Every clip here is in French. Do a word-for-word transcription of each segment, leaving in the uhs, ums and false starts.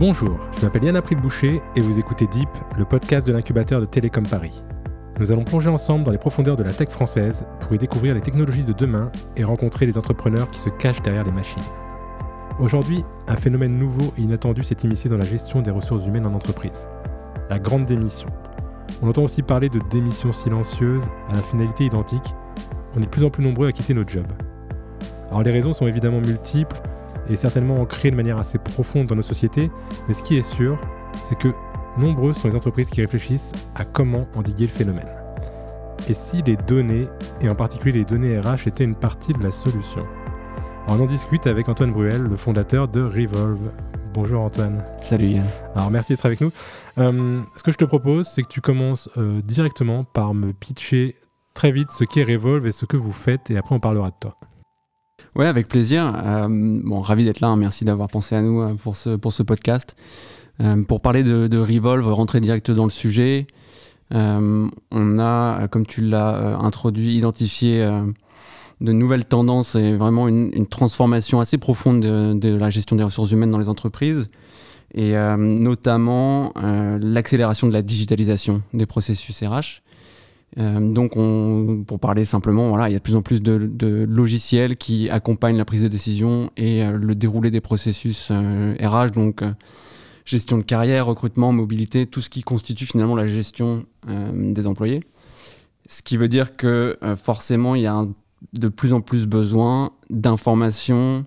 Bonjour, je m'appelle Yann April-Boucher et vous écoutez Deep, le podcast de l'incubateur de Télécom Paris. Nous allons plonger ensemble dans les profondeurs de la tech française pour y découvrir les technologies de demain et rencontrer les entrepreneurs qui se cachent derrière les machines. Aujourd'hui, un phénomène nouveau et inattendu s'est immiscé dans la gestion des ressources humaines en entreprise. La grande démission. On entend aussi parler de démission silencieuse à la finalité identique. On est de plus en plus nombreux à quitter notre job. Alors les raisons sont évidemment multiples et certainement ancrées de manière assez profonde dans nos sociétés, mais ce qui est sûr, c'est que nombreuses sont les entreprises qui réfléchissent à comment endiguer le phénomène. Et si les données, et en particulier les données R H, étaient une partie de la solution ? Alors on en discute avec Antoine Bruel, le fondateur de Revolve. Bonjour Antoine. Salut Yann. Alors merci d'être avec nous. Euh, ce que je te propose, c'est que tu commences euh, directement par me pitcher très vite ce qu'est Revolve et ce que vous faites, et après on parlera de toi. Ouais, avec plaisir. Euh, bon, ravi d'être là. Hein. Merci d'avoir pensé à nous euh, pour ce, pour ce podcast. Euh, pour parler de, de Revolve, rentrer direct dans le sujet, euh, on a, comme tu l'as euh, introduit, identifié euh, de nouvelles tendances et vraiment une, une transformation assez profonde de, de la gestion des ressources humaines dans les entreprises, et euh, notamment euh, l'accélération de la digitalisation des processus R H. Euh, donc, on, pour parler simplement, voilà, il y a de plus en plus de, de logiciels qui accompagnent la prise de décision et euh, le déroulé des processus euh, R H, donc euh, gestion de carrière, recrutement, mobilité, tout ce qui constitue finalement la gestion euh, des employés. Ce qui veut dire que euh, forcément, il y a un, de plus en plus besoin d'informations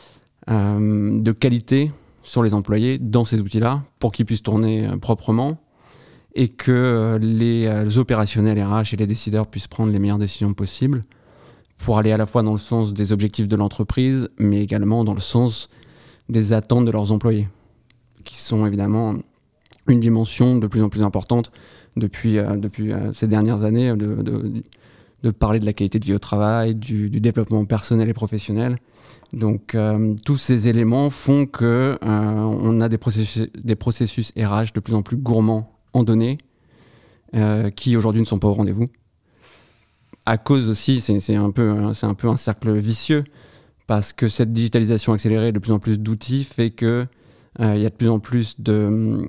euh, de qualité sur les employés dans ces outils-là pour qu'ils puissent tourner euh, proprement, et que euh, les, euh, les opérationnels R H et les décideurs puissent prendre les meilleures décisions possibles pour aller à la fois dans le sens des objectifs de l'entreprise, mais également dans le sens des attentes de leurs employés, qui sont évidemment une dimension de plus en plus importante depuis, euh, depuis euh, ces dernières années, de, de, de parler de la qualité de vie au travail, du, du développement personnel et professionnel. Donc euh, tous ces éléments font qu'on euh, a des processus, des processus R H de plus en plus gourmands en données, euh, qui aujourd'hui ne sont pas au rendez-vous. À cause aussi, c'est, c'est, un peu, c'est un peu un cercle vicieux, parce que cette digitalisation accélérée, de plus en plus d'outils, fait que euh, y a de plus en plus de,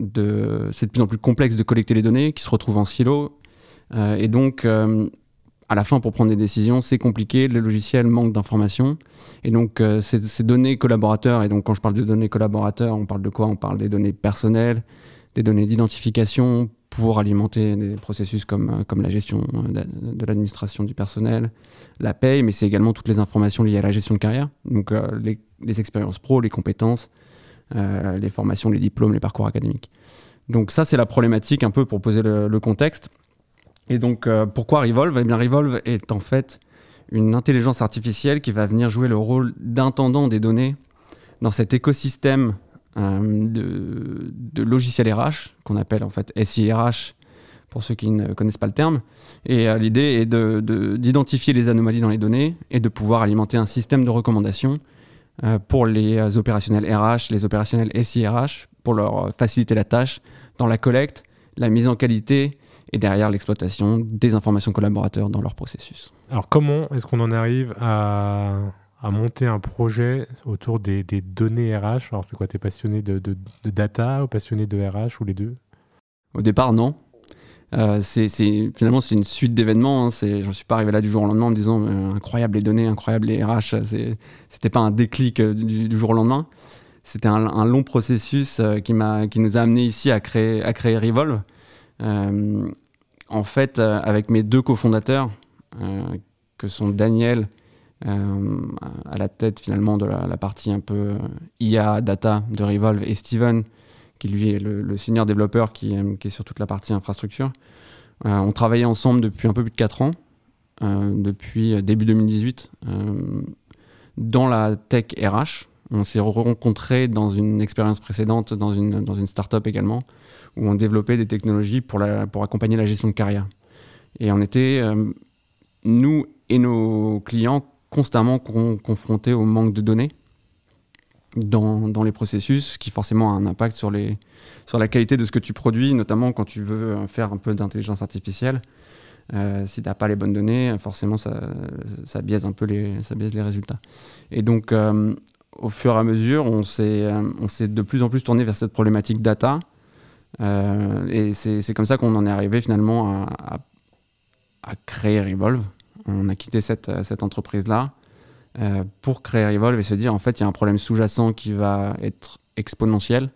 de, c'est de plus en plus complexe de collecter les données qui se retrouvent en silo, euh, et donc euh, à la fin, pour prendre des décisions, c'est compliqué, le logiciel manque d'informations, et donc euh, ces, ces données collaborateurs, et donc quand je parle de données collaborateurs, on parle de quoi ? On parle des données personnelles, des données d'identification pour alimenter des processus comme, comme la gestion de l'administration du personnel, la paye, mais c'est également toutes les informations liées à la gestion de carrière, donc euh, les, les expériences pro, les compétences, euh, les formations, les diplômes, les parcours académiques. Donc ça, c'est la problématique un peu pour poser le, le contexte. Et donc, euh, pourquoi Revolve ? Eh bien, Revolve est en fait une intelligence artificielle qui va venir jouer le rôle d'intendant des données dans cet écosystème Euh, de, de logiciels R H, qu'on appelle en fait S I R H pour ceux qui ne connaissent pas le terme. Et euh, l'idée est de, de, d'identifier les anomalies dans les données et de pouvoir alimenter un système de recommandation euh, pour les euh, opérationnels R H, les opérationnels S I R H, pour leur faciliter la tâche dans la collecte, la mise en qualité et derrière l'exploitation des informations collaborateurs dans leur processus. Alors comment est-ce qu'on en arrive à... à monter un projet autour des, des données R H? Alors c'est quoi, t'es passionné de, de, de data ou passionné de R H ou les deux? Au départ, non. Euh, c'est, c'est, finalement, c'est une suite d'événements. Hein. C'est, je ne suis pas arrivé là du jour au lendemain en me disant euh, incroyable les données, incroyable les R H. C'est, c'était pas un déclic euh, du, du jour au lendemain. C'était un, un long processus euh, qui, m'a, qui nous a amené ici à créer, à créer Revolve. Euh, en fait, euh, avec mes deux cofondateurs, euh, que sont Daniel, Euh, à la tête finalement de la, la partie un peu euh, I A, data de Revolve, et Steven, qui lui est le, le senior développeur qui, euh, qui est sur toute la partie infrastructure. Euh, on travaillait ensemble depuis un peu plus de quatre ans, euh, depuis début deux mille dix-huit, euh, dans la tech R H. On s'est rencontrés dans une expérience précédente, dans une, dans une start-up également, où on développait des technologies pour, la, pour accompagner la gestion de carrière. Et on était, euh, nous et nos clients, constamment con- confrontés au manque de données dans, dans les processus, ce qui forcément a un impact sur, les, sur la qualité de ce que tu produis, notamment quand tu veux faire un peu d'intelligence artificielle. Euh, si tu n'as pas les bonnes données, forcément ça, ça biaise un peu les, ça biaise les résultats. Et donc, euh, au fur et à mesure, on s'est, on s'est de plus en plus tourné vers cette problématique data. Euh, et c'est, c'est comme ça qu'on en est arrivé finalement à, à, à créer Revolve. On a quitté cette, cette entreprise-là euh, pour créer Revolve et se dire en fait il y a un problème sous-jacent qui va être exponentiel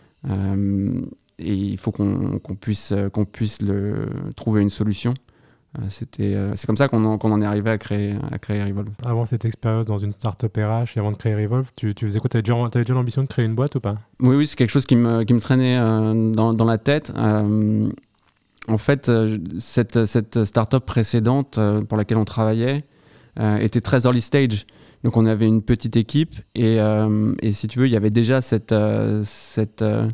euh, et il faut qu'on, qu'on puisse, qu'on puisse le, trouver une solution. Euh, c'était, euh, c'est comme ça qu'on en, qu'on en est arrivé à créer, à créer Revolve. Avant cette expérience dans une startup R H et avant de créer Revolve, tu, tu faisais quoi? Tu avais déjà, déjà l'ambition de créer une boîte ou pas? Oui, oui, c'est quelque chose qui me, qui me traînait euh, dans, dans la tête. Euh, en fait, euh, cette, cette startup précédente euh, pour laquelle on travaillait euh, était très early stage. Donc, on avait une petite équipe et, euh, et si tu veux, il y avait déjà cette... Euh, cette euh,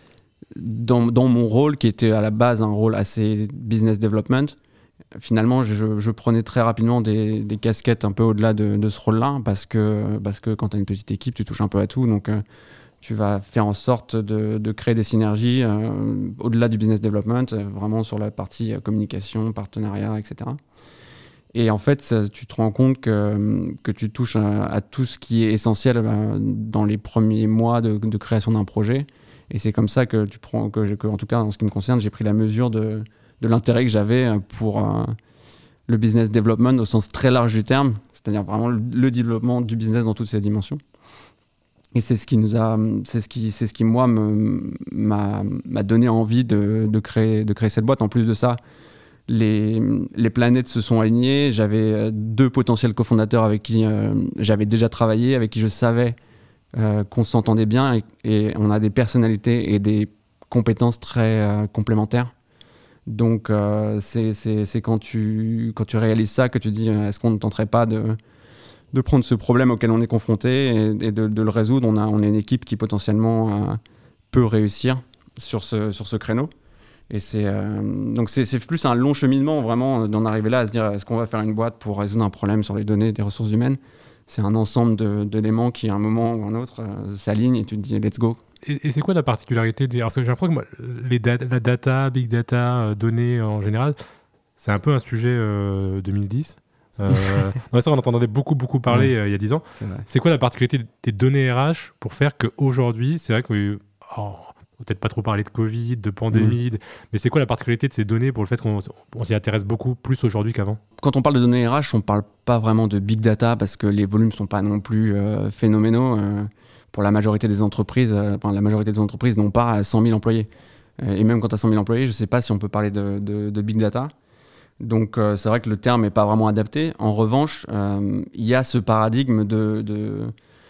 dans, dans mon rôle, qui était à la base un rôle assez business development, finalement, je, je prenais très rapidement des, des casquettes un peu au-delà de, de ce rôle-là parce que, parce que quand tu as une petite équipe, tu touches un peu à tout. Donc, euh, tu vas faire en sorte de, de créer des synergies euh, au-delà du business development, euh, vraiment sur la partie euh, communication, partenariat, et cetera. Et en fait, ça, tu te rends compte que, que tu touches à, à tout ce qui est essentiel euh, dans les premiers mois de, de création d'un projet. Et c'est comme ça que tu prends, que, que, en tout cas, en ce qui me concerne, j'ai pris la mesure de, de l'intérêt que j'avais pour euh, le business development au sens très large du terme, c'est-à-dire vraiment le, le développement du business dans toutes ses dimensions. Et c'est ce qui nous a, c'est ce qui, c'est ce qui moi me, m'a, m'a donné envie de, de créer, de créer cette boîte. En plus de ça, les, les planètes se sont alignées. J'avais deux potentiels cofondateurs avec qui euh, j'avais déjà travaillé, avec qui je savais euh, qu'on s'entendait bien et, et on a des personnalités et des compétences très euh, complémentaires. Donc, euh, c'est, c'est, c'est quand, tu, quand tu réalises ça que tu dis euh, est-ce qu'on ne tenterait pas de, de prendre ce problème auquel on est confronté et, et de, de le résoudre. On a, on a une équipe qui potentiellement euh, peut réussir sur ce, sur ce créneau. Et c'est, euh, donc, c'est, c'est plus un long cheminement vraiment d'en arriver là à se dire est-ce qu'on va faire une boîte pour résoudre un problème sur les données des ressources humaines. C'est un ensemble de, d'éléments qui, à un moment ou un autre, euh, s'alignent et tu te dis let's go. Et, et c'est quoi la particularité des... Parce que j'ai l'impression que moi, les da- la data, big data, euh, données en général, c'est un peu un sujet euh, deux mille dix. Euh, non, ça, on entendait beaucoup, beaucoup parler ouais. euh, il y a dix ans. C'est, c'est quoi la particularité des données R H pour faire qu'aujourd'hui, c'est vrai que... Oh, peut-être pas trop parler de Covid, de pandémie, mmh. mais c'est quoi la particularité de ces données pour le fait qu'on on s'y intéresse beaucoup plus aujourd'hui qu'avant? Quand on parle de données R H, on ne parle pas vraiment de big data parce que les volumes ne sont pas non plus euh, phénoménaux. Euh, pour la majorité des entreprises, euh, enfin, la majorité des entreprises n'ont pas cent mille employés. Euh, et même quand tu as cent mille employés, je ne sais pas si on peut parler de, de, de big data. Donc euh, c'est vrai que le terme n'est pas vraiment adapté. En revanche, il euh, y a ce paradigme de, de,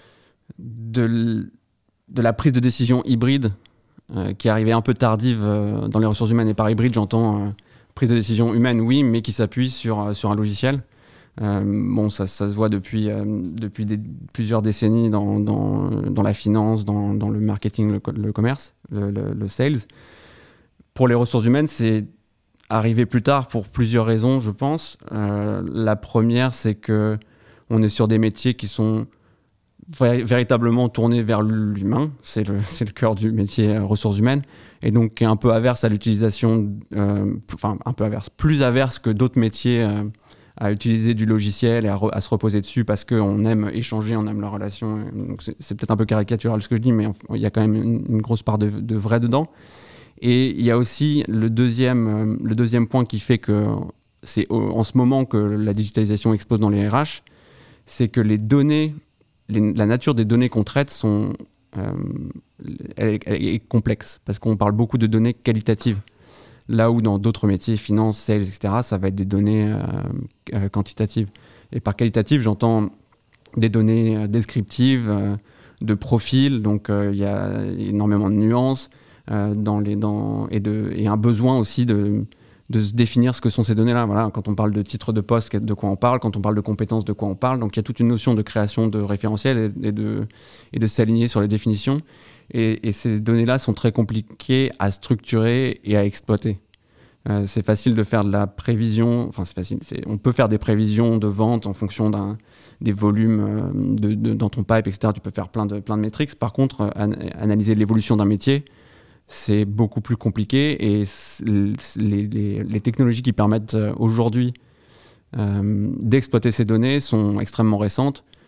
de, de la prise de décision hybride Euh, qui est arrivée un peu tardive euh, dans les ressources humaines. Et par hybride, j'entends euh, prise de décision humaine, oui, mais qui s'appuie sur, euh, sur un logiciel. Euh, bon, ça, ça se voit depuis, euh, depuis des, plusieurs décennies dans, dans, dans la finance, dans, dans le marketing, le, le commerce, le, le, le sales. Pour les ressources humaines, c'est arrivé plus tard pour plusieurs raisons, je pense. Euh, la première, c'est qu'on est sur des métiers qui sont véritablement tourné vers l'humain, c'est le, c'est le cœur du métier euh, ressources humaines, et donc qui est un peu averse à l'utilisation, euh, enfin un peu averse, plus averse que d'autres métiers euh, à utiliser du logiciel et à, re, à se reposer dessus parce qu'on aime échanger, on aime la relation. Donc c'est, c'est peut-être un peu caricatural ce que je dis, mais il y a quand même une, une grosse part de, de vrai dedans. Et il y a aussi le deuxième, euh, le deuxième point qui fait que c'est au, en ce moment que la digitalisation explose dans les R H, c'est que les données Les, la nature des données qu'on traite sont, euh, elle, elle est complexe parce qu'on parle beaucoup de données qualitatives. Là où dans d'autres métiers, finance, sales, et cetera, ça va être des données euh, euh, quantitatives. Et par qualitative, j'entends des données euh, descriptives, euh, de profil, donc il euh, y a énormément de nuances euh, dans les, dans, et, de, et un besoin aussi de... de se définir ce que sont ces données-là. Voilà, quand on parle de titre de poste, de quoi on parle, quand on parle de compétences, de quoi on parle. Donc il y a toute une notion de création de référentiels et, et, de, et de s'aligner sur les définitions. Et, et ces données-là sont très compliquées à structurer et à exploiter. Euh, c'est facile de faire de la prévision, enfin c'est facile, c'est, on peut faire des prévisions de vente en fonction d'un, des volumes euh, de, de, dans ton pipe, et cetera. Tu peux faire plein de, plein de métriques. Par contre, euh, an- analyser l'évolution d'un métier, c'est beaucoup plus compliqué et les, les, les technologies qui permettent aujourd'hui euh, d'exploiter ces données sont extrêmement récentes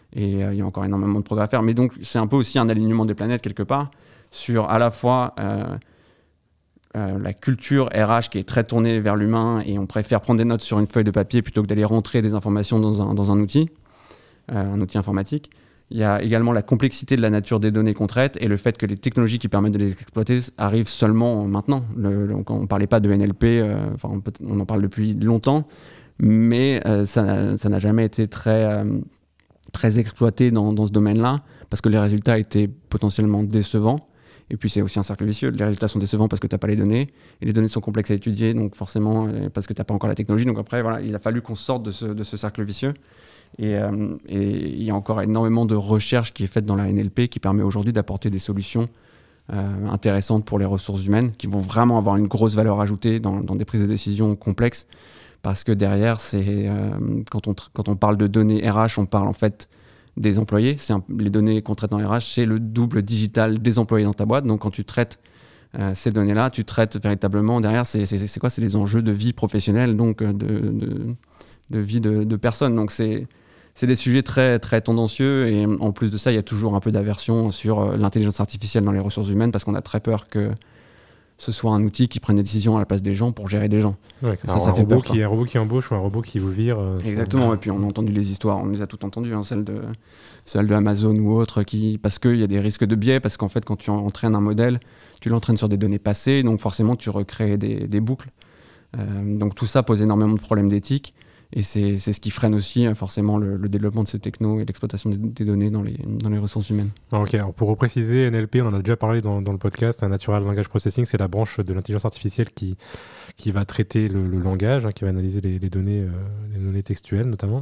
Et euh, il y a encore énormément de progrès à faire. Mais donc, c'est un peu aussi un alignement des planètes quelque part sur à la fois euh, euh, la culture R H qui est très tournée vers l'humain et on préfère prendre des notes sur une feuille de papier plutôt que d'aller rentrer des informations dans un, dans un outil, euh, un outil informatique. Il y a également la complexité de la nature des données qu'on traite et le fait que les technologies qui permettent de les exploiter arrivent seulement maintenant. Le, le, on ne parlait pas de N L P, euh, enfin, on, peut, on en parle depuis longtemps, mais euh, ça, ça n'a jamais été très... Euh, très exploité dans, dans ce domaine-là, parce que les résultats étaient potentiellement décevants. Et puis, c'est aussi un cercle vicieux. Les résultats sont décevants parce que tu n'as pas les données, et les données sont complexes à étudier, donc forcément, euh, parce que tu n'as pas encore la technologie. Donc après, voilà, il a fallu qu'on sorte de ce, de ce cercle vicieux. Et, euh, et il y a encore énormément de recherche qui est faite dans la N L P qui permet aujourd'hui d'apporter des solutions euh, intéressantes pour les ressources humaines, qui vont vraiment avoir une grosse valeur ajoutée dans, dans des prises de décision complexes. Parce que derrière, c'est, euh, quand, on, quand on parle de données R H, on parle en fait des employés. C'est un, les données qu'on traite dans R H, c'est le double digital des employés dans ta boîte. Donc quand tu traites euh, ces données-là, tu traites véritablement derrière, c'est, c'est, c'est quoi ? C'est les enjeux de vie professionnelle, donc de, de, de vie de, de personnes. Donc c'est, c'est des sujets très, très tendancieux. Et en plus de ça, il y a toujours un peu d'aversion sur euh, l'intelligence artificielle dans les ressources humaines parce qu'on a très peur que ce soit un outil qui prenne des décisions à la place des gens pour gérer des gens. Ouais, ça, un, ça un, fait robot qui, un robot qui embauche ou un robot qui vous vire. Euh, Exactement, et puis on a entendu les histoires, on les a toutes entendues, hein, celles, de, celles de Amazon ou autres, qui, parce qu'il y a des risques de biais, parce qu'en fait quand tu entraînes un modèle, tu l'entraînes sur des données passées, donc forcément tu recrées des, des boucles. Euh, donc tout ça pose énormément de problèmes d'éthique, et c'est, c'est ce qui freine aussi forcément le, le développement de ces technos et l'exploitation des, des données dans les, dans les ressources humaines. Ok, alors pour repréciser, N L P, on en a déjà parlé dans, dans le podcast, un Natural Language Processing, c'est la branche de l'intelligence artificielle qui, qui va traiter le, le langage, hein, qui va analyser les, les, données, euh, les données textuelles notamment.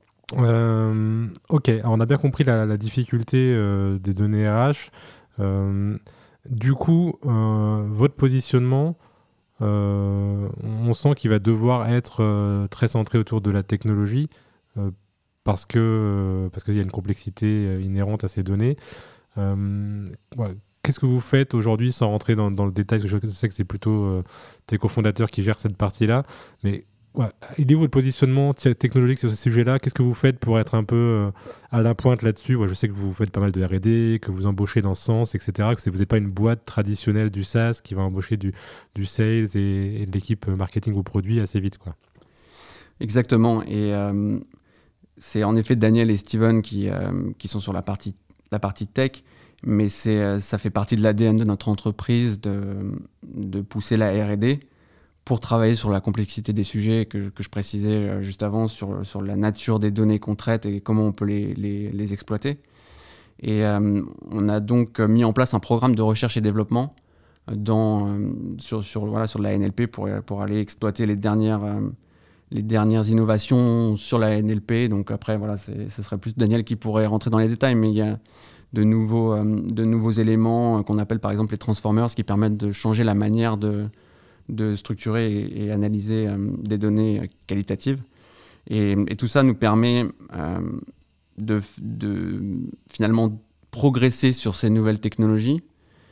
Euh, ok, alors on a bien compris la, la difficulté euh, des données R H. Euh, du coup, euh, votre positionnement, Euh, on sent qu'il va devoir être euh, très centré autour de la technologie euh, parce que euh, parce qu'il y a une complexité euh, inhérente à ces données. Euh, ouais. Qu'est-ce que vous faites aujourd'hui sans rentrer dans, dans le détail? Je sais que c'est plutôt euh, tes cofondateurs qui gèrent cette partie-là, mais ouais, il est où votre positionnement technologique sur ce sujet-là? Qu'est-ce que vous faites pour être un peu euh, à la pointe là-dessus? Ouais, je sais que vous faites pas mal de R et D, que vous embauchez dans ce sens, et cetera. Que vous n'êtes pas une boîte traditionnelle du SaaS qui va embaucher du, du sales et, et de l'équipe marketing ou produit assez vite, quoi. Exactement. Et euh, c'est en effet Daniel et Steven qui, euh, qui sont sur la partie, la partie tech, mais c'est, ça fait partie de l'A D N de notre entreprise de, de pousser la R et D pour travailler sur la complexité des sujets que, que je précisais juste avant, sur, sur la nature des données qu'on traite et comment on peut les, les, les exploiter. Et euh, on a donc mis en place un programme de recherche et développement dans, euh, sur, sur, voilà, sur la N L P pour, pour aller exploiter les dernières, euh, les dernières innovations sur la N L P. Donc après, voilà, c'est, ce serait plus Daniel qui pourrait rentrer dans les détails, mais il y a de nouveaux, euh, de nouveaux éléments qu'on appelle par exemple les transformers qui permettent de changer la manière de de structurer et, et analyser euh, des données qualitatives. Et, et tout ça nous permet euh, de, de finalement progresser sur ces nouvelles technologies,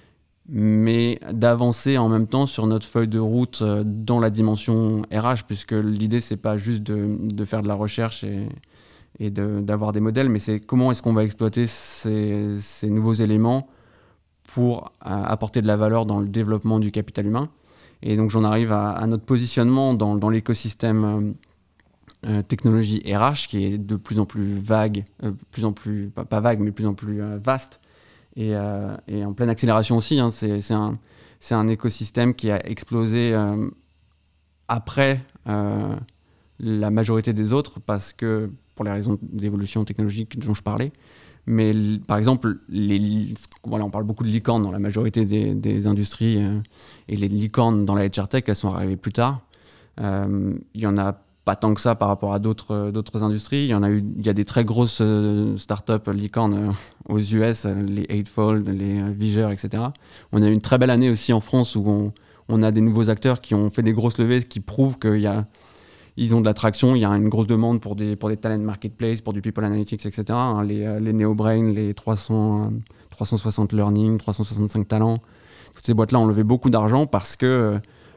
mais d'avancer en même temps sur notre feuille de route euh, dans la dimension R H, puisque l'idée, c'est pas juste de, de faire de la recherche et, et de, d'avoir des modèles, mais c'est comment est-ce qu'on va exploiter ces, ces nouveaux éléments pour euh, apporter de la valeur dans le développement du capital humain. Et donc j'en arrive à, à notre positionnement dans, dans l'écosystème euh, euh, technologie R H qui est de plus en plus vague, euh, plus en plus, pas, pas vague, mais de plus en plus euh, vaste et, euh, et en pleine accélération aussi. Hein. C'est, c'est, un, c'est un écosystème qui a explosé euh, après euh, la majorité des autres parce que, pour les raisons d'évolution technologique dont je parlais. Mais par exemple, les, voilà, on parle beaucoup de licornes dans la majorité des, des industries euh, et les licornes dans la H R Tech, elles sont arrivées plus tard. Euh, il n'y en a pas tant que ça par rapport à d'autres, d'autres industries. Il y en a eu, il y a des très grosses euh, startups licornes euh, aux U S, euh, les Eightfold, les euh, Vigeur, et cetera. On a eu une très belle année aussi en France où on, on a des nouveaux acteurs qui ont fait des grosses levées qui prouvent qu'il y a Ils ont de l'attraction, il y a une grosse demande pour des, pour des talent marketplace, pour du people analytics, et cetera. Hein, les, les NeoBrain, les trois cents, trois cent soixante Learning, trois cent soixante-cinq Talents, toutes ces boîtes-là ont levé beaucoup d'argent parce que,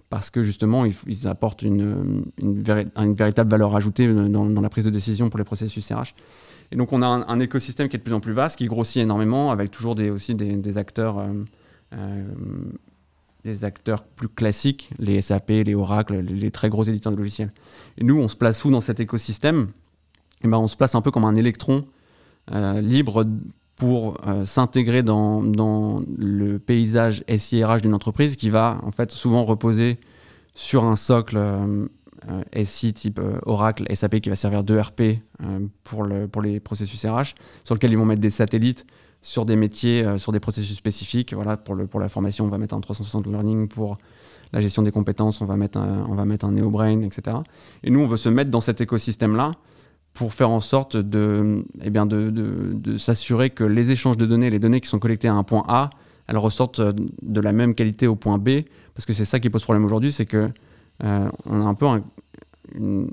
parce que justement, ils, ils apportent une, une, véri- une véritable valeur ajoutée dans, dans la prise de décision pour les processus R H. Et donc, on a un, un écosystème qui est de plus en plus vaste, qui grossit énormément, avec toujours des, aussi des, des acteurs... Euh, euh, les acteurs plus classiques, les S A P, les Oracle, les, les très gros éditeurs de logiciels. Et nous, on se place où dans cet écosystème ? Et ben, on se place un peu comme un électron euh, libre pour euh, s'intégrer dans, dans le paysage S I R H d'une entreprise qui va en fait souvent reposer sur un socle euh, euh, S I type euh, Oracle, S A P qui va servir d'E R P euh, pour, le, pour les processus R H, sur lequel ils vont mettre des satellites sur des métiers, euh, sur des processus spécifiques. Voilà, pour, le, pour la formation, on va mettre un trois cent soixante learning. Pour la gestion des compétences, on va mettre un, on va mettre un NeoBrain, et cetera. Et nous, on veut se mettre dans cet écosystème-là pour faire en sorte de, eh bien de, de, de s'assurer que les échanges de données, les données qui sont collectées à un point A, elles ressortent de la même qualité au point B. Parce que c'est ça qui pose problème aujourd'hui, c'est qu'on euh, a un peu un, une,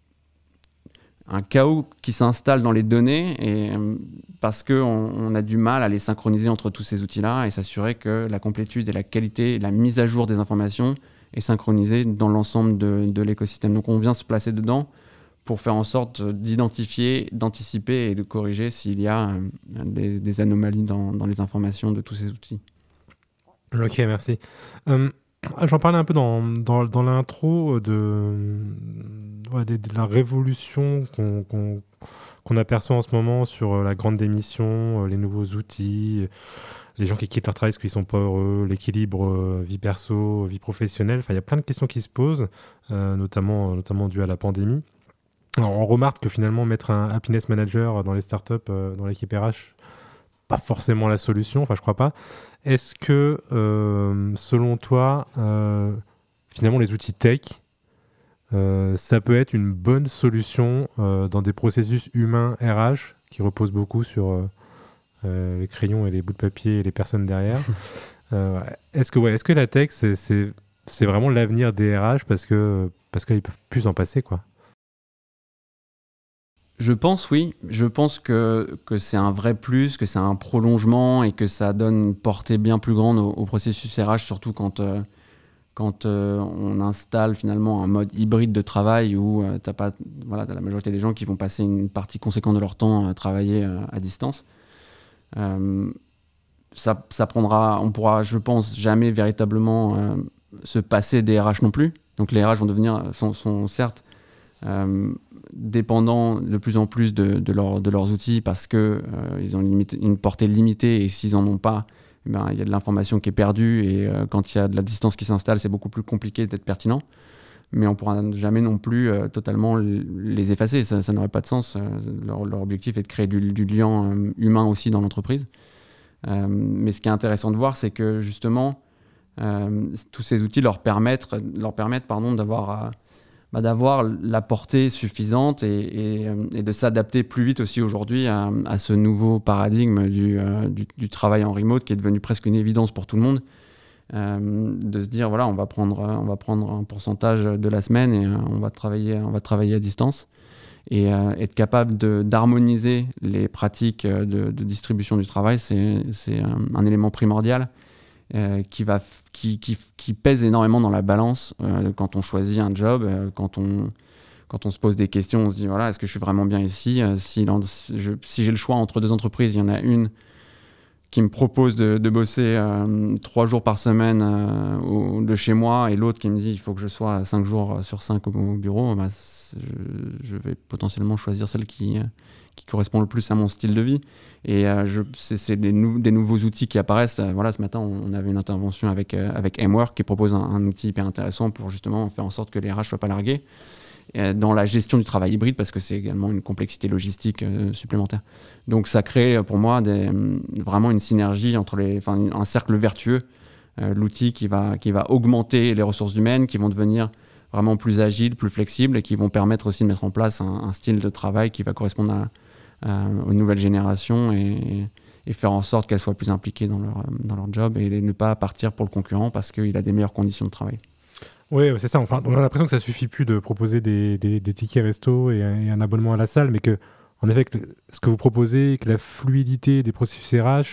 un chaos qui s'installe dans les données et, euh, parce qu'on on a du mal à les synchroniser entre tous ces outils-là et s'assurer que la complétude et la qualité, la mise à jour des informations est synchronisée dans l'ensemble de, de l'écosystème. Donc on vient se placer dedans pour faire en sorte d'identifier, d'anticiper et de corriger s'il y a euh, des, des anomalies dans, dans les informations de tous ces outils. Ok, merci. Euh, j'en parlais un peu dans, dans, dans l'intro de, ouais, de, de la révolution qu'on, qu'on, qu'on aperçoit en ce moment sur la grande démission, les nouveaux outils, les gens qui quittent leur travail parce qu'ils ne sont pas heureux, l'équilibre vie perso, vie professionnelle. Enfin, il y a plein de questions qui se posent, euh, notamment, notamment dues à la pandémie. Alors, on remarque que finalement, mettre un happiness manager dans les startups, euh, dans l'équipe R H, pas forcément la solution, enfin je crois pas. Est-ce que, euh, selon toi, euh, finalement les outils tech, euh, ça peut être une bonne solution euh, dans des processus humains R H qui reposent beaucoup sur euh, euh, les crayons et les bouts de papier et les personnes derrière. euh, est-ce que, ouais, est-ce que la tech, c'est, c'est, c'est vraiment l'avenir des R H parce que, parce qu'ils peuvent plus s'en passer, quoi? Je pense, oui. Je pense que, que c'est un vrai plus, que c'est un prolongement et que ça donne une portée bien plus grande au, au processus R H, surtout quand, euh, quand euh, on installe finalement un mode hybride de travail où euh, tu as pas, voilà, t'as la majorité des gens qui vont passer une partie conséquente de leur temps à travailler euh, à distance. Euh, ça, ça prendra, on pourra, je pense, jamais véritablement euh, se passer des R H non plus. Donc les R H vont devenir, sont, sont certes Euh, dépendants de plus en plus de, de, leur, de leurs outils parce qu'ils euh, ont une, limite, une portée limitée et s'ils n'en ont pas, eh ben, il y a de l'information qui est perdue et euh, quand il y a de la distance qui s'installe, c'est beaucoup plus compliqué d'être pertinent. Mais on ne pourra jamais non plus euh, totalement les effacer, ça, ça n'aurait pas de sens. Leur, leur objectif est de créer du, du lien euh, humain aussi dans l'entreprise. Euh, mais ce qui est intéressant de voir, c'est que justement, euh, tous ces outils leur permettent, leur permettent pardon, d'avoir... Euh, Bah, d'avoir la portée suffisante et, et, et de s'adapter plus vite aussi aujourd'hui à, à ce nouveau paradigme du, euh, du, du travail en remote qui est devenu presque une évidence pour tout le monde. Euh, de se dire, voilà, on va, prendre, on va prendre un pourcentage de la semaine et euh, on va travailler, on va travailler à distance. Et euh, être capable de, d'harmoniser les pratiques de, de distribution du travail, c'est, c'est un, un élément primordial. Euh, qui, va f- qui, qui, qui pèse énormément dans la balance euh, quand on choisit un job, euh, quand, on, quand on se pose des questions, on se dit voilà, est-ce que je suis vraiment bien ici euh, si, dans, si, je, si j'ai le choix entre deux entreprises, il y en a une qui me propose de, de bosser euh, trois jours par semaine euh, au, de chez moi et l'autre qui me dit il faut que je sois cinq jours sur cinq au, au bureau, bah, je, je vais potentiellement choisir celle qui... Euh, qui correspond le plus à mon style de vie. Et euh, je, c'est, c'est des, nou- des nouveaux outils qui apparaissent. Euh, voilà, ce matin, on, on avait une intervention avec, euh, avec M-Work qui propose un, un outil hyper intéressant pour justement faire en sorte que les R H ne soient pas largués euh, dans la gestion du travail hybride parce que c'est également une complexité logistique euh, supplémentaire. Donc ça crée pour moi des, vraiment une synergie entre les, enfin, un cercle vertueux. Euh, l'outil qui va, qui va augmenter les ressources humaines, qui vont devenir vraiment plus agiles, plus flexibles et qui vont permettre aussi de mettre en place un, un style de travail qui va correspondre à Euh, aux nouvelles générations et, et faire en sorte qu'elles soient plus impliquées dans leur, dans leur job et ne pas partir pour le concurrent parce qu'il a des meilleures conditions de travail. Oui, c'est ça. Enfin, on a l'impression que ça ne suffit plus de proposer des, des, des tickets resto et un, et un abonnement à la salle, mais que, en effet, que ce que vous proposez, que la fluidité des processus R H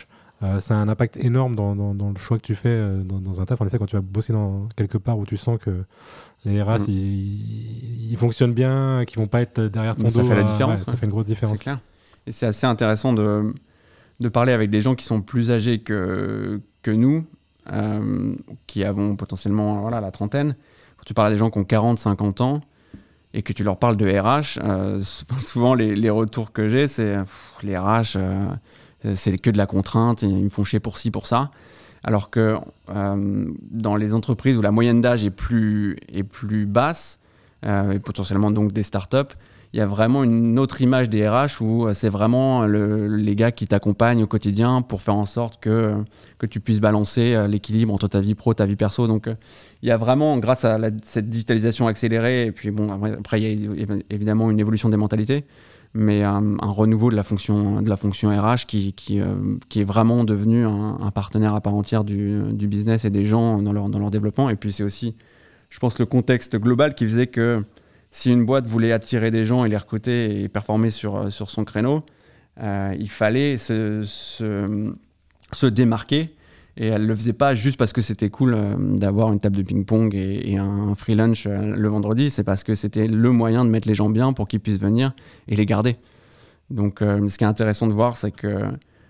Euh, ça a un impact énorme dans, dans, dans le choix que tu fais euh, dans, dans un taf. En effet, quand tu vas bosser dans quelque part où tu sens que les R H, mmh. ils, ils fonctionnent bien, qu'ils vont pas être derrière ton Mais dos. Ça fait la à... différence. Ouais, ouais. Ça fait une grosse différence. C'est clair. Et c'est assez intéressant de, de parler avec des gens qui sont plus âgés que, que nous, euh, qui avons potentiellement voilà, la trentaine. Quand tu parles à des gens qui ont quarante, cinquante ans et que tu leur parles de R H, euh, souvent les, les retours que j'ai, c'est pff, les R H, euh, c'est que de la contrainte, ils me font chier pour ci, pour ça. Alors que euh, dans les entreprises où la moyenne d'âge est plus, est plus basse, euh, et potentiellement donc des startups, il y a vraiment une autre image des R H où c'est vraiment le, les gars qui t'accompagnent au quotidien pour faire en sorte que, que tu puisses balancer l'équilibre entre ta vie pro et ta vie perso. Donc il y a vraiment, grâce à la, cette digitalisation accélérée, et puis bon, après il y a évidemment une évolution des mentalités, mais un, un renouveau de la fonction, de la fonction R H qui, qui, euh, qui est vraiment devenu un, un partenaire à part entière du, du business et des gens dans leur, dans leur développement. Et puis c'est aussi, je pense, le contexte global qui faisait que si une boîte voulait attirer des gens et les recruter et performer sur, sur son créneau, euh, il fallait se, se, se démarquer. Et elle ne le faisait pas juste parce que c'était cool euh, d'avoir une table de ping-pong et, et un free lunch euh, le vendredi. C'est parce que c'était le moyen de mettre les gens bien pour qu'ils puissent venir et les garder. Donc, euh, ce qui est intéressant de voir, c'est que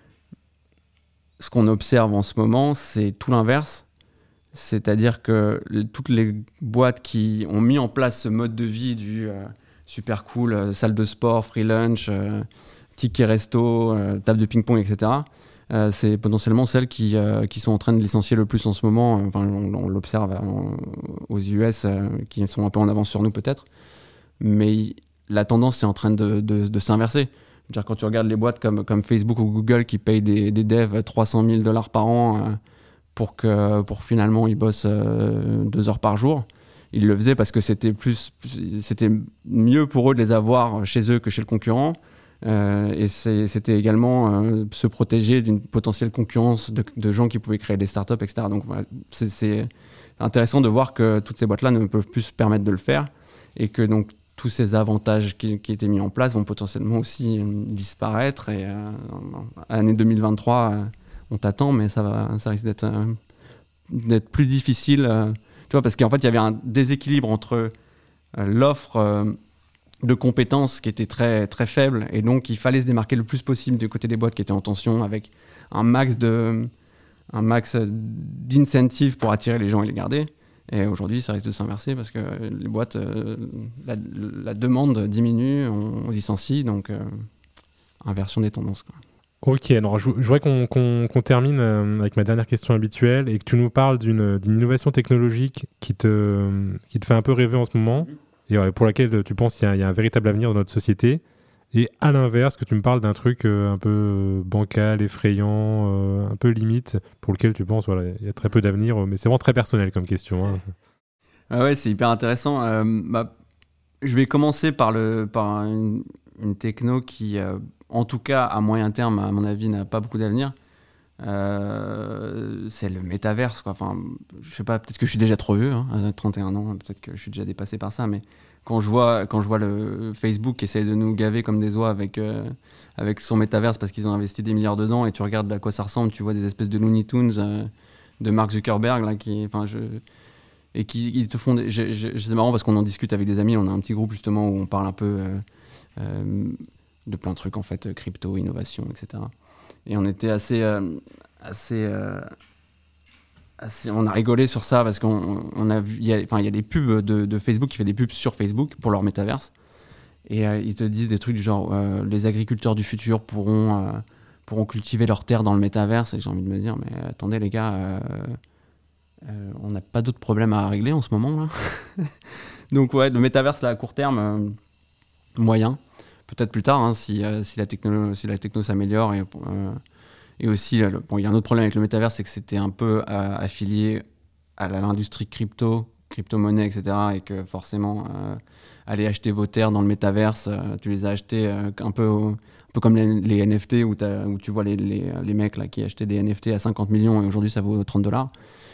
ce qu'on observe en ce moment, c'est tout l'inverse. C'est-à-dire que toutes les boîtes qui ont mis en place ce mode de vie du euh, super cool, euh, salle de sport, free lunch, euh, ticket resto, euh, table de ping-pong, et cetera, euh, c'est potentiellement celles qui, euh, qui sont en train de licencier le plus en ce moment. Enfin, on, on l'observe en, aux U S, euh, qui sont un peu en avance sur nous peut-être. Mais la tendance est en train de, de, de s'inverser. C'est-à-dire, quand tu regardes les boîtes comme, comme Facebook ou Google qui payent des, des devs trois cent mille dollars par an, euh, pour que pour finalement ils bossent euh, deux heures par jour. Ils le faisaient parce que c'était plus c'était mieux pour eux de les avoir chez eux que chez le concurrent, euh, et c'est, c'était également euh, se protéger d'une potentielle concurrence de, de gens qui pouvaient créer des startups, et cetera. Donc voilà, c'est, c'est intéressant de voir que toutes ces boîtes-là ne peuvent plus se permettre de le faire et que donc tous ces avantages qui, qui étaient mis en place vont potentiellement aussi euh, disparaître. Et euh, année deux mille vingt-trois, euh, on t'attend, mais ça, va, ça risque d'être, euh, d'être plus difficile. Euh, tu vois, parce qu'en fait, il y avait un déséquilibre entre euh, l'offre euh, de compétences qui était très, très faible, et donc il fallait se démarquer le plus possible du côté des boîtes qui étaient en tension, avec un max, de, un max d'incentives pour attirer les gens et les garder. Et aujourd'hui, ça risque de s'inverser parce que les boîtes, euh, la, la demande diminue, on, on licencie, donc euh, inversion des tendances, quoi. Ok, alors je, je voudrais qu'on, qu'on, qu'on termine euh, avec ma dernière question habituelle et que tu nous parles d'une, d'une innovation technologique qui te, qui te fait un peu rêver en ce moment et euh, pour laquelle tu penses qu'il y a, il y a un véritable avenir dans notre société. Et à l'inverse, que tu me parles d'un truc euh, un peu bancal, effrayant, euh, un peu limite, pour lequel tu penses voilà, il y a très peu d'avenir, mais c'est vraiment très personnel comme question. Hein. Ah ouais, c'est hyper intéressant. Euh, bah, je vais commencer par, le, par une, une techno qui... Euh, en tout cas, à moyen terme, à mon avis, n'a pas beaucoup d'avenir. Euh, c'est le métaverse, quoi. Enfin, je sais pas, peut-être que je suis déjà trop vieux, hein, à trente et un ans, peut-être que je suis déjà dépassé par ça, mais quand je vois, quand je vois le Facebook qui essaye de nous gaver comme des oies avec, euh, avec son métaverse parce qu'ils ont investi des milliards dedans, et tu regardes à quoi ça ressemble, tu vois des espèces de Looney Tunes euh, de Mark Zuckerberg, là, qui, enfin, je... et qui ils te font... Des... Je, je, c'est marrant parce qu'on en discute avec des amis, on a un petit groupe justement où on parle un peu... Euh, euh, de plein de trucs en fait, crypto, innovation, et cetera. Et on était assez, euh, assez, euh, assez, on a rigolé sur ça parce qu'on on a vu, il y a, enfin il y a des pubs de, de Facebook qui fait des pubs sur Facebook pour leur métaverse, et euh, ils te disent des trucs du genre euh, les agriculteurs du futur pourront, euh, pourront cultiver leurs terres dans le métaverse, et j'ai envie de me dire mais attendez les gars, euh, euh, on n'a pas d'autres problèmes à régler en ce moment là. Donc ouais, le métaverse là à court terme, euh, moyen. Peut-être plus tard, hein, si, euh, si la techno, si la techno s'améliore. Et, euh, et aussi, euh, bon, il y a un autre problème avec le métavers, c'est que c'était un peu euh, affilié à l'industrie crypto, crypto-monnaie, et cetera. Et que forcément, euh, aller acheter vos terres dans le métaverse, euh, tu les as achetées euh, un, peu au, un peu comme les, les N F T, où, où tu vois les, les, les mecs là, qui achetaient des N F T à cinquante millions et aujourd'hui ça vaut trente dollars.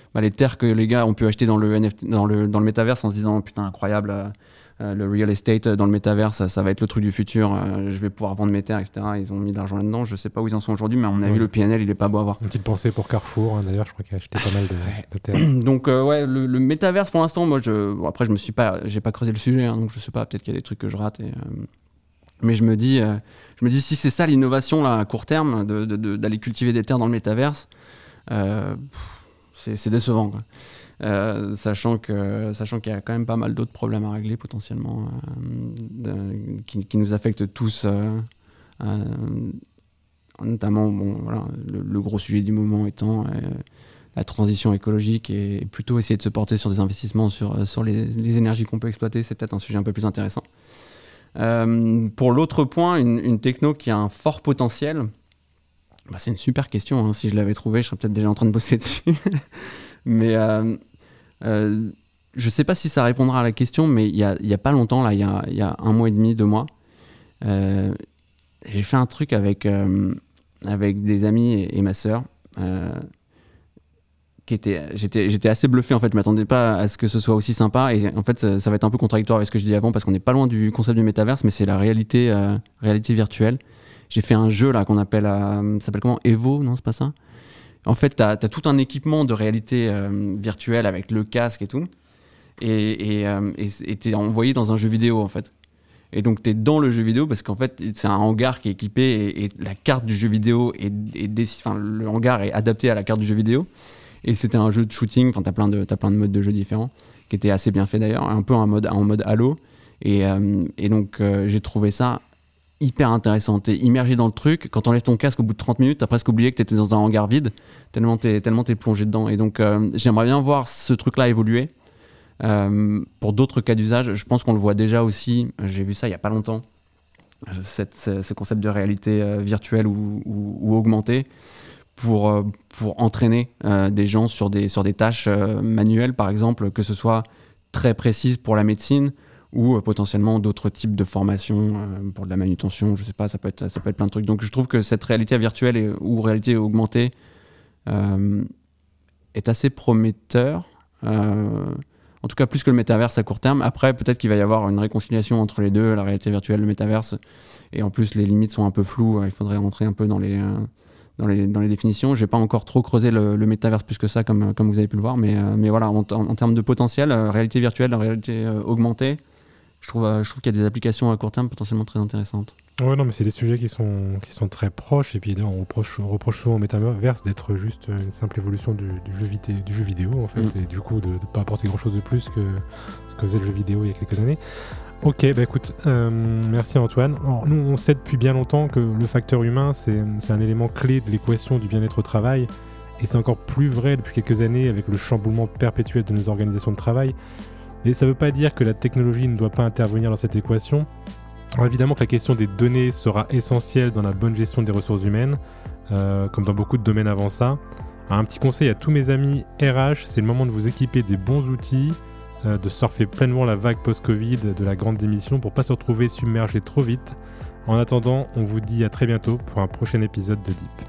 bah, les terres que les gars ont pu acheter dans le N F T, dans le, dans le métaverse en se disant putain incroyable, euh, euh, le real estate dans le métaverse, ça, ça va être le truc du futur, euh, je vais pouvoir vendre mes terres, et cetera. Ils ont mis de l'argent là-dedans, je sais pas où ils en sont aujourd'hui, mais à mon avis, ouais. Le P N L, il est pas beau à voir. Une petite pensée pour Carrefour, hein, d'ailleurs, je crois qu'il a acheté pas mal de, de terres. Donc, euh, ouais, le, le métaverse pour l'instant, moi, je, bon, après, je me suis pas, j'ai pas creusé le sujet, hein, donc je sais pas, peut-être qu'il y a des trucs que je rate. Et, euh, mais je me dis, euh, je me dis, si c'est ça l'innovation là, à court terme, de, de, de, d'aller cultiver des terres dans le métaverse, euh, c'est, c'est décevant, quoi. Euh, sachant que sachant qu'il y a quand même pas mal d'autres problèmes à régler potentiellement euh, de, qui, qui nous affectent tous, euh, euh, notamment bon, voilà, le, le gros sujet du moment étant euh, la transition écologique et plutôt essayer de se porter sur des investissements sur, sur les, les énergies qu'on peut exploiter, c'est peut-être un sujet un peu plus intéressant. Euh, pour l'autre point, une, une techno qui a un fort potentiel, bah, c'est une super question, hein. Si je l'avais trouvé, je serais peut-être déjà en train de bosser dessus. Mais euh, euh, je ne sais pas si ça répondra à la question, mais il n'y a, y a pas longtemps, là, il y a, y a un mois et demi, deux mois, euh, j'ai fait un truc avec, euh, avec des amis et, et ma sœur. Euh, qui était, j'étais, j'étais assez bluffé, en fait. Je ne m'attendais pas à ce que ce soit aussi sympa. Et en fait, ça, ça va être un peu contradictoire avec ce que je disais avant, parce qu'on n'est pas loin du concept du métaverse, mais c'est la réalité, euh, réalité virtuelle. J'ai fait un jeu là, qu'on appelle, euh, ça s'appelle comment, Evo, non, c'est pas ça ? En fait, tu as tout un équipement de réalité euh, virtuelle avec le casque et tout. Et euh, tu es envoyé dans un jeu vidéo, en fait. Et donc, tu es dans le jeu vidéo parce qu'en fait, c'est un hangar qui est équipé et, et la carte du jeu vidéo, est, est dé- enfin, le hangar est adapté à la carte du jeu vidéo. Et c'était un jeu de shooting. Enfin, tu as plein de, t'as plein de modes de jeu différents qui étaient assez bien faits d'ailleurs, un peu en mode, en mode Halo. Et, euh, et donc, euh, j'ai trouvé ça hyper intéressant. T'es immergé dans le truc. Quand t'enlèves ton casque au bout de trente minutes, t'as presque oublié que t'étais dans un hangar vide, tellement t'es, tellement t'es plongé dedans. Et donc, euh, j'aimerais bien voir ce truc-là évoluer. Euh, pour d'autres cas d'usage, je pense qu'on le voit déjà aussi. J'ai vu ça il y a pas longtemps. Euh, cette, ce, ce concept de réalité euh, virtuelle ou, ou, ou augmentée pour, euh, pour entraîner euh, des gens sur des, sur des tâches euh, manuelles, par exemple, que ce soit très précises pour la médecine, ou euh, potentiellement d'autres types de formations euh, pour de la manutention, je sais pas, ça peut être, ça peut être plein de trucs. Donc je trouve que cette réalité virtuelle et, ou réalité augmentée euh, est assez prometteur, euh, en tout cas plus que le métaverse à court terme. Après, peut-être qu'il va y avoir une réconciliation entre les deux, la réalité virtuelle, le métaverse, et en plus les limites sont un peu floues, il faudrait rentrer un peu dans les, euh, dans les, dans les définitions. J'ai pas encore trop creusé le, le métaverse plus que ça, comme, comme vous avez pu le voir, mais, euh, mais voilà, en, en, en termes de potentiel, euh, réalité virtuelle, réalité euh, augmentée, Je trouve, euh, je trouve qu'il y a des applications à court terme potentiellement très intéressantes. Ouais, non, mais c'est des sujets qui sont, qui sont très proches. Et puis, on reproche, on reproche souvent au métaverse d'être juste une simple évolution du, du, jeu, vidéo, du jeu vidéo, en fait. Mm. Et du coup, de ne pas apporter grand-chose de plus que ce que faisait le jeu vidéo il y a quelques années. Ok, bah écoute, euh, merci Antoine. Alors, nous, on sait depuis bien longtemps que le facteur humain, c'est, c'est un élément clé de l'équation du bien-être au travail. Et c'est encore plus vrai depuis quelques années avec le chamboulement perpétuel de nos organisations de travail. Et ça ne veut pas dire que la technologie ne doit pas intervenir dans cette équation. Alors évidemment que la question des données sera essentielle dans la bonne gestion des ressources humaines, euh, comme dans beaucoup de domaines avant ça. Alors un petit conseil à tous mes amis R H, c'est le moment de vous équiper des bons outils, euh, de surfer pleinement la vague post-Covid de la grande démission pour ne pas se retrouver submergé trop vite. En attendant, on vous dit à très bientôt pour un prochain épisode de Deep.